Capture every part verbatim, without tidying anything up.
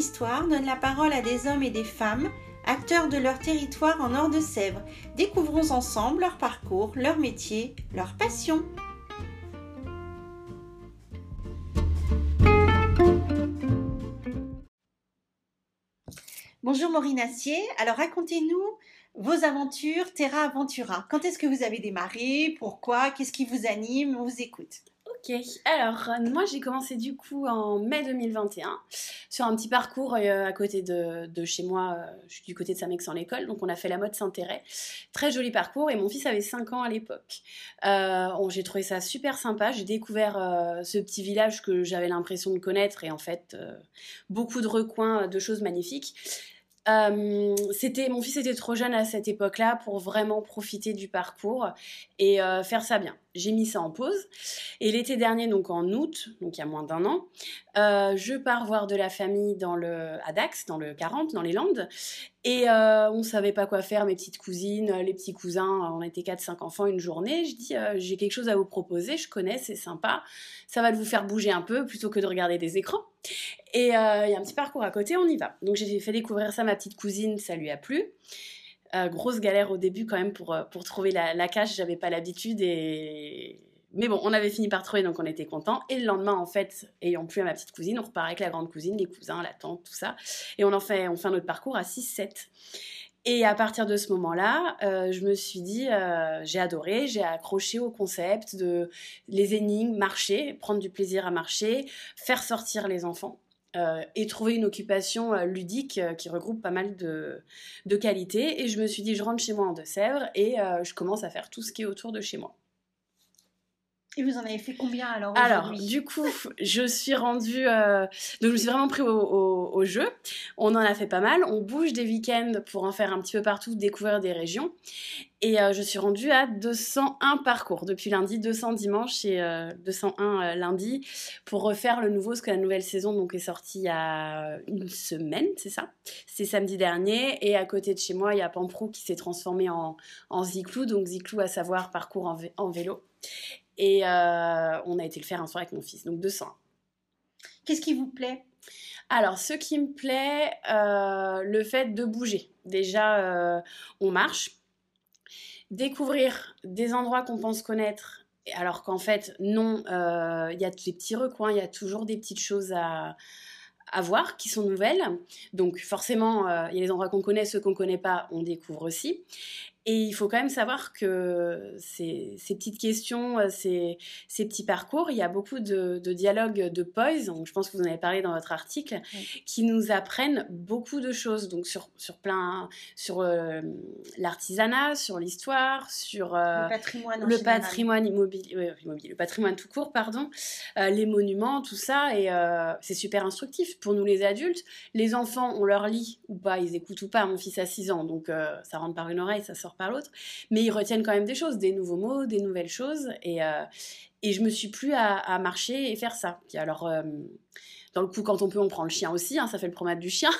histoire donne la parole à des hommes et des femmes, acteurs de leur territoire en Nord-de-Sèvres. Découvrons ensemble leur parcours, leur métier, leur passion. Bonjour Maureen Assier, alors racontez-nous vos aventures Terra Aventura. Quand est-ce que vous avez démarré? Pourquoi? Qu'est-ce qui vous anime? On vous écoute. Ok, alors euh, moi j'ai commencé du coup en mai deux mille vingt et un sur un petit parcours euh, à côté de, de chez moi, euh, je suis du côté de Saint-Mexan-l'École, donc on a fait la mode Saint-Thérèse, très joli parcours et mon fils avait cinq ans à l'époque. Euh, on- j'ai trouvé ça super sympa, j'ai découvert euh, ce petit village que j'avais l'impression de connaître et en fait euh, beaucoup de recoins, de choses magnifiques. Euh, c'était, mon fils était trop jeune à cette époque-là pour vraiment profiter du parcours et euh, faire ça bien. J'ai mis ça en pause. Et l'été dernier, donc en août, donc il y a moins d'un an, euh, je pars voir de la famille dans le, à Dax, dans le quarante, dans les Landes. Et euh, on ne savait pas quoi faire, mes petites cousines, les petits cousins, on était quatre cinq enfants une journée. Je dis, euh, j'ai quelque chose à vous proposer, je connais, c'est sympa. Ça va vous faire bouger un peu plutôt que de regarder des écrans. Et il euh, y a un petit parcours à côté, on y va. Donc j'ai fait découvrir ça à ma petite cousine, ça lui a plu. Euh, grosse galère au début quand même pour, pour trouver la, la cache, j'avais pas l'habitude et... Mais bon, on avait fini par trouver, donc on était contents. Et le lendemain, en fait, ayant plu à ma petite cousine, on repart avec la grande cousine, les cousins, la tante, tout ça. Et on en fait, on fait un autre parcours à six sept. Et à partir de ce moment-là, euh, je me suis dit, euh, j'ai adoré, j'ai accroché au concept de les énigmes, marcher, prendre du plaisir à marcher, faire sortir les enfants. Euh, et trouver une occupation euh, ludique euh, qui regroupe pas mal de, de qualités. Et je me suis dit, je rentre chez moi en Deux-Sèvres et euh, je commence à faire tout ce qui est autour de chez moi. Et vous en avez fait combien alors Alors, aujourd'hui? du coup, je suis rendue... euh, Donc, je me suis vraiment pris au, au- au jeu. On en a fait pas mal. On bouge des week-ends pour en faire un petit peu partout, découvrir des régions. Et euh, je suis rendue à deux cent un parcours depuis lundi, deux cents dimanche et euh, deux cent un euh, lundi pour refaire le nouveau, parce que la nouvelle saison donc, est sortie il y a une semaine, c'est ça? C'est samedi dernier. Et à côté de chez moi, il y a Pamprou qui s'est transformé en, en Ziclou. Donc Ziclou, à savoir parcours en, vé- en vélo. Et euh, on a été le faire un soir avec mon fils, donc deux cents. Qu'est-ce qui vous plaît? Alors, ce qui me plaît, euh, le fait de bouger. Déjà, euh, on marche, découvrir des endroits qu'on pense connaître, alors qu'en fait, non, euh, il y a des petits recoins, il y a toujours des petites choses à, à voir qui sont nouvelles. Donc, forcément, euh, il y a les endroits qu'on connaît, ceux qu'on ne connaît pas, on découvre aussi. Et il faut quand même savoir que ces, ces petites questions, euh, ces, ces petits parcours, il y a beaucoup de, de dialogues de poise, donc je pense que vous en avez parlé dans votre article, Oui. qui nous apprennent beaucoup de choses, donc sur, sur plein, sur euh, l'artisanat, sur l'histoire, sur euh, Le patrimoine en le général. patrimoine immobilier, ouais, immobilier, le patrimoine tout court, pardon, euh, les monuments, tout ça, et euh, c'est super instructif pour nous les adultes. Les enfants, on leur lit ou pas, ils écoutent ou pas. Mon fils a six ans, donc euh, ça rentre par une oreille, ça sort par l'autre. Mais ils retiennent quand même des choses, des nouveaux mots, des nouvelles choses. Et, euh, et je me suis plu à, à marcher et faire ça. Puis alors, euh, dans le coup, quand on peut, on prend le chien aussi. Hein, ça fait le promenade du chien.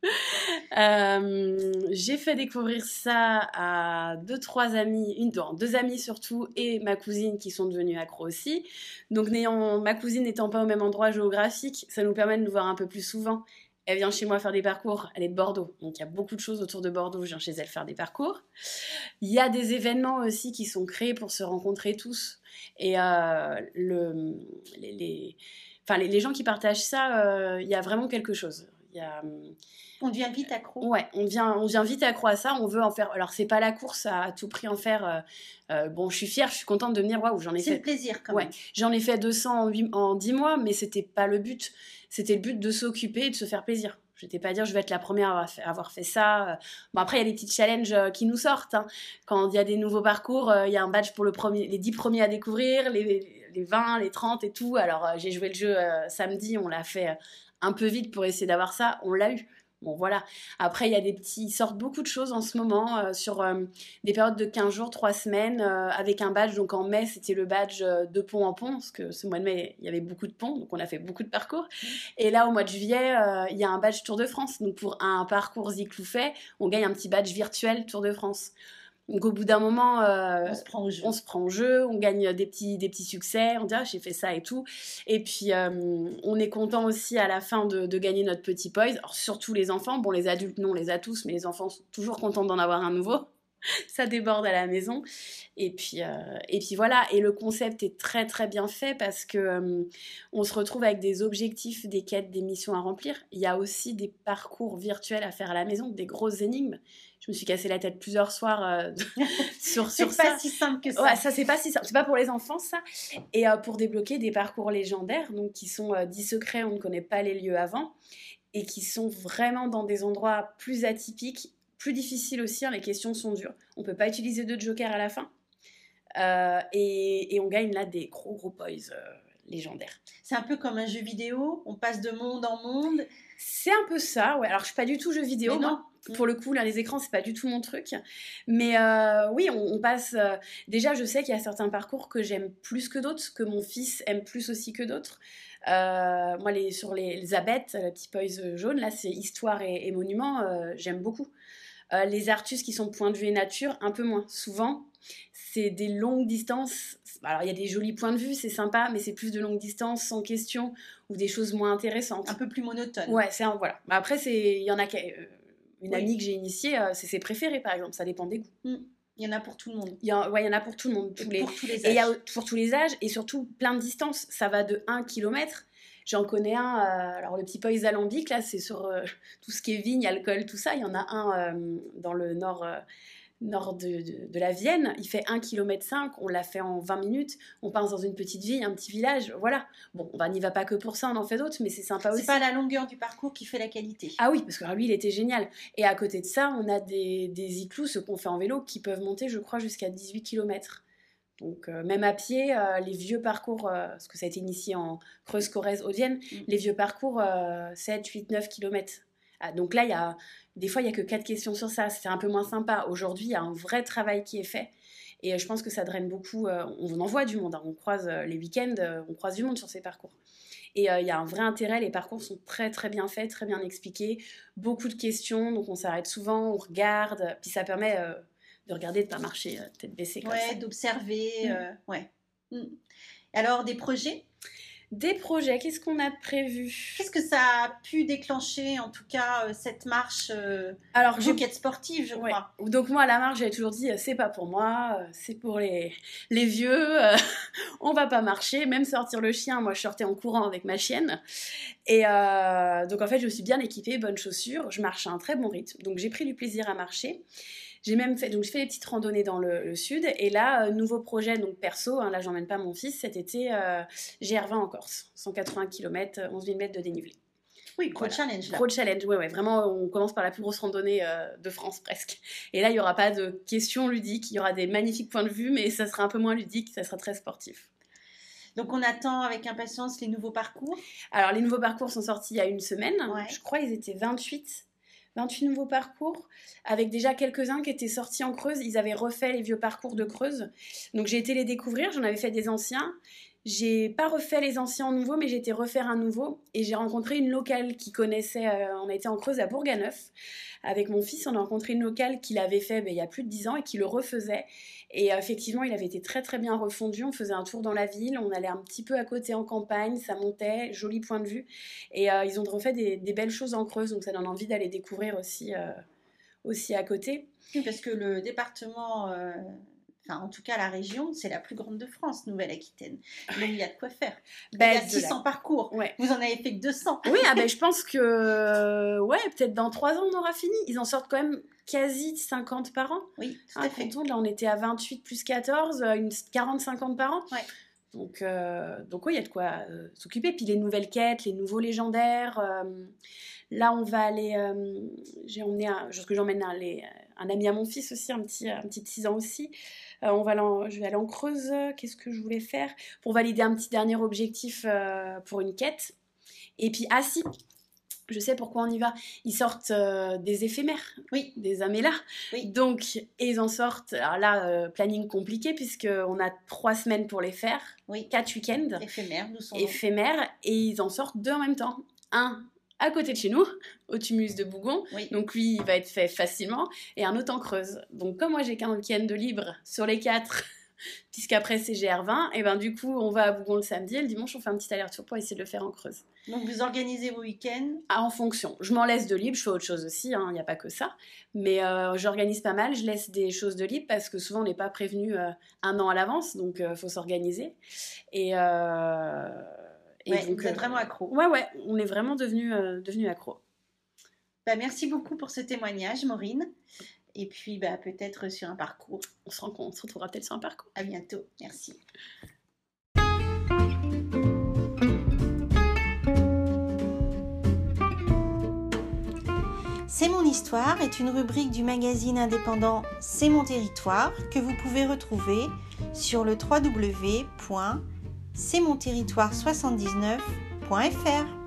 Euh, j'ai fait découvrir ça à deux, trois amis, une, non, deux amis surtout, et ma cousine qui sont devenues accros aussi. Donc, n'ayant, ma cousine n'étant pas au même endroit géographique, ça nous permet de nous voir un peu plus souvent. Elle vient chez moi faire des parcours, elle est de Bordeaux, donc il y a beaucoup de choses autour de Bordeaux, je viens chez elle faire des parcours. Il y a des événements aussi qui sont créés pour se rencontrer tous. Et euh, le, les, les, enfin, les, les gens qui partagent ça, euh, il y a vraiment quelque chose. Il y a, On devient vite accro. Ouais, on vient, on vient vite accro à ça, on veut en faire. Alors, c'est pas la course à, à tout prix en faire. euh, euh, bon, je suis fière, je suis contente de me dire, waouh, j'en ai C'est fait. le plaisir quand Ouais, même. j'en ai fait deux cents en, huit en dix mois, mais c'était pas le but. C'était le but de s'occuper et de se faire plaisir. Je n'étais pas dire, je vais être la première à avoir fait, à avoir fait ça. Bon, après, il y a des petits challenges euh, qui nous sortent. Hein. Quand il y a des nouveaux parcours, euh, il y a un badge pour le premier, les dix premiers à découvrir, les, les vingt, les trente et tout. Alors, euh, j'ai joué le jeu euh, samedi, on l'a fait euh, un peu vite pour essayer d'avoir ça. On l'a eu. Bon, voilà. Après, il y a des petits... Ils sortent beaucoup de choses en ce moment euh, sur euh, des périodes de quinze jours, trois semaines, euh, avec un badge. Donc, en mai, c'était le badge euh, de pont en pont, parce que ce mois de mai, il y avait beaucoup de ponts, donc on a fait beaucoup de parcours. Mmh. Et là, au mois de juillet, euh, il y a un badge Tour de France. Donc, pour un parcours Ziclou fait, on gagne un petit badge virtuel Tour de France. Donc au bout d'un moment, euh, on se prend au jeu. On se prend au jeu, on gagne des petits, des petits succès, on dit ah, j'ai fait ça et tout. Et puis euh, on est content aussi à la fin de, de gagner notre petit poise. Alors surtout les enfants, bon les adultes non, on les a tous, mais les enfants sont toujours contents d'en avoir un nouveau. Ça déborde à la maison. Et puis, euh, et puis voilà, et le concept est très très bien fait parce que euh, on se retrouve avec des objectifs, des quêtes, des missions à remplir. Il y a aussi des parcours virtuels à faire à la maison, des grosses énigmes. Je me suis cassé la tête plusieurs soirs euh, sur, sur ça. C'est pas si simple que ça. Ouais, ça c'est pas si simple. C'est pas pour les enfants ça. Et euh, pour débloquer des parcours légendaires, donc qui sont euh, dix secrets, on ne connaît pas les lieux avant, et qui sont vraiment dans des endroits plus atypiques, plus difficiles aussi. Hein, les questions sont dures. On peut pas utiliser de joker à la fin. Euh, et, et on gagne là des gros gros poise euh, légendaires. C'est un peu comme un jeu vidéo. On passe de monde en monde. C'est un peu ça. Ouais. Alors je suis pas du tout jeu vidéo. Mais non. Moi. Pour le coup, là, les écrans, c'est pas du tout mon truc. Mais euh, oui, on, on passe... Euh, déjà, je sais qu'il y a certains parcours que j'aime plus que d'autres, que mon fils aime plus aussi que d'autres. Euh, moi, les, sur les, les abettes, le petit poise jaune, là, c'est histoire et, et monument, euh, j'aime beaucoup. Euh, les Artus qui sont point de vue et nature, un peu moins. Souvent, c'est des longues distances. Alors, il y a des jolis points de vue, c'est sympa, mais c'est plus de longues distances, sans question, ou des choses moins intéressantes. Un peu plus monotone. Ouais, c'est un... Voilà. Mais après, il y en a qui... Euh, Une oui. amie que j'ai initiée, euh, c'est ses préférés, par exemple. Ça dépend des goûts. Mmh. Il y en a pour tout le monde. Il y a, ouais, il y en a pour tout le monde. Tous les, pour tous les âges. Et il y a pour tous les âges et surtout plein de distances. Ça va de un kilomètre. J'en connais un, euh, alors le petit poise alambic, là, c'est sur euh, tout ce qui est vigne, alcool, tout ça. Il y en a un euh, dans le nord... Euh, nord de, de, de la Vienne, il fait un kilomètre cinq, on l'a fait en vingt minutes, on passe dans une petite ville, un petit village, voilà. Bon, on n'y va pas que pour ça, on en fait d'autres, mais c'est sympa aussi. C'est pas la longueur du parcours qui fait la qualité. Ah oui, parce que alors, lui, il était génial. Et à côté de ça, on a des, des iglous, ceux qu'on fait en vélo, qui peuvent monter, je crois, jusqu'à dix-huit kilomètres. Donc, euh, même à pied, euh, les vieux parcours, euh, parce que ça a été initié en Creuse-Corrèze-Audienne, mmh. les vieux parcours, euh, sept, huit, neuf kilomètres. Ah, donc là, il y a, des fois, il n'y a que quatre questions sur ça. C'est un peu moins sympa. Aujourd'hui, il y a un vrai travail qui est fait. Et je pense que ça draine beaucoup. Euh, on en voit du monde. Hein. On croise euh, les week-ends, euh, on croise du monde sur ces parcours. Et il euh, y a un vrai intérêt. Les parcours sont très, très bien faits, très bien expliqués. Beaucoup de questions. Donc, on s'arrête souvent, on regarde. Puis ça permet euh, de regarder, de ne pas marcher euh, tête baissée comme ouais, ça. D'observer. Mmh. Euh, ouais. Mmh. Alors, des projets ? Des projets, qu'est-ce qu'on a de prévu ? Qu'est-ce que ça a pu déclencher, en tout cas, euh, cette marche euh, Alors, Joquette sportive, je ouais. crois. Donc moi, la marche, j'avais toujours dit, c'est pas pour moi, c'est pour les, les vieux, euh, on va pas marcher, même sortir le chien, moi je sortais en courant avec ma chienne. Et euh, donc en fait, je me suis bien équipée, bonnes chaussures, je marche à un très bon rythme, donc j'ai pris du plaisir à marcher. J'ai même fait, donc je fais des petites randonnées dans le, le sud, et là, euh, nouveau projet, donc perso, hein, là j'emmène pas mon fils, cet été, euh, G R vingt en Corse, cent quatre-vingts kilomètres, onze mille mètres de dénivelé. Oui, gros voilà. challenge là. Gros challenge, ouais, ouais, vraiment, on commence par la plus grosse randonnée euh, de France presque. Et là, il n'y aura pas de questions ludiques, il y aura des magnifiques points de vue, mais ça sera un peu moins ludique, ça sera très sportif. Donc on attend avec impatience les nouveaux parcours. Alors les nouveaux parcours sont sortis il y a une semaine, ouais. je crois qu'ils étaient vingt-huit. vingt-huit nouveaux parcours, avec déjà quelques-uns qui étaient sortis en Creuse. Ils avaient refait les vieux parcours de Creuse. Donc j'ai été les découvrir, j'en avais fait des anciens. J'ai pas refait les anciens en nouveau, mais j'ai été refaire un nouveau. Et j'ai rencontré une locale qui connaissait, euh, on a été en Creuse à Bourganeuf. Avec mon fils, on a rencontré une locale qui l'avait fait ben, il y a plus de dix ans et qui le refaisait. Et euh, effectivement, il avait été très très bien refondu. On faisait un tour dans la ville, on allait un petit peu à côté en campagne, ça montait, joli point de vue. Et euh, ils ont refait des, des belles choses en Creuse, donc ça donne envie d'aller découvrir aussi, euh, aussi à côté. Oui, parce que le département... Euh... Enfin, en tout cas, la région, c'est la plus grande de France, Nouvelle-Aquitaine. Donc, il y a de quoi faire. Ben, il y a six cents la... parcours. Ouais. Vous en avez fait que deux cents. Oui, ah ben, je pense que, ouais, peut-être dans trois ans, on aura fini. Ils en sortent quand même quasi cinquante par an. Oui, tout à hein, fait. Là, on était à vingt-huit plus quatorze, une quarante cinquante par an. Ouais. Donc, euh, donc oui, il y a de quoi euh, s'occuper. Puis les nouvelles quêtes, les nouveaux légendaires. Euh, là, on va aller... Euh, j'ai emmené, un, parce que j'emmène un, les, un ami à mon fils aussi, un petit, un petit de six ans aussi. Euh, on va en, je vais aller en Creuse. Qu'est-ce que je voulais faire pour valider un petit dernier objectif euh, pour une quête. Et puis, ah si, je sais pourquoi on y va. Ils sortent euh, des éphémères, oui, des amélas. Oui. Donc, et ils en sortent. Alors là, euh, planning compliqué puisqu'on a trois semaines pour les faire. Oui. Quatre week-ends. Éphémères, nous sommes. Éphémères. Et ils en sortent deux en même temps. Un à côté de chez nous, au tumulus de Bougon. Oui. Donc lui, il va être fait facilement. Et un autre en Creuse. Donc comme moi, j'ai qu'un week-end de libre sur les quatre, puisqu'après c'est G R vingt, et ben du coup, on va à Bougon le samedi et le dimanche, on fait un petit aller-retour pour essayer de le faire en Creuse. Donc vous organisez vos week-ends? Ah, en fonction. Je m'en laisse de libre, je fais autre chose aussi, il hein, n'y a pas que ça. Mais euh, j'organise pas mal, je laisse des choses de libre parce que souvent on n'est pas prévenu euh, un an à l'avance, donc il euh, faut s'organiser. Et, euh, et ouais, donc, vous êtes euh, vraiment accro. Ouais, ouais, on est vraiment devenus euh, devenu accro. Bah, merci beaucoup pour ce témoignage, Maureen. Et puis bah, peut-être sur un parcours. On se, rend, on se retrouvera peut-être sur un parcours. À bientôt, merci. C'est mon histoire est une rubrique du magazine indépendant C'est mon territoire que vous pouvez retrouver sur le w w w point c'est mon territoire soixante-dix-neuf point f r.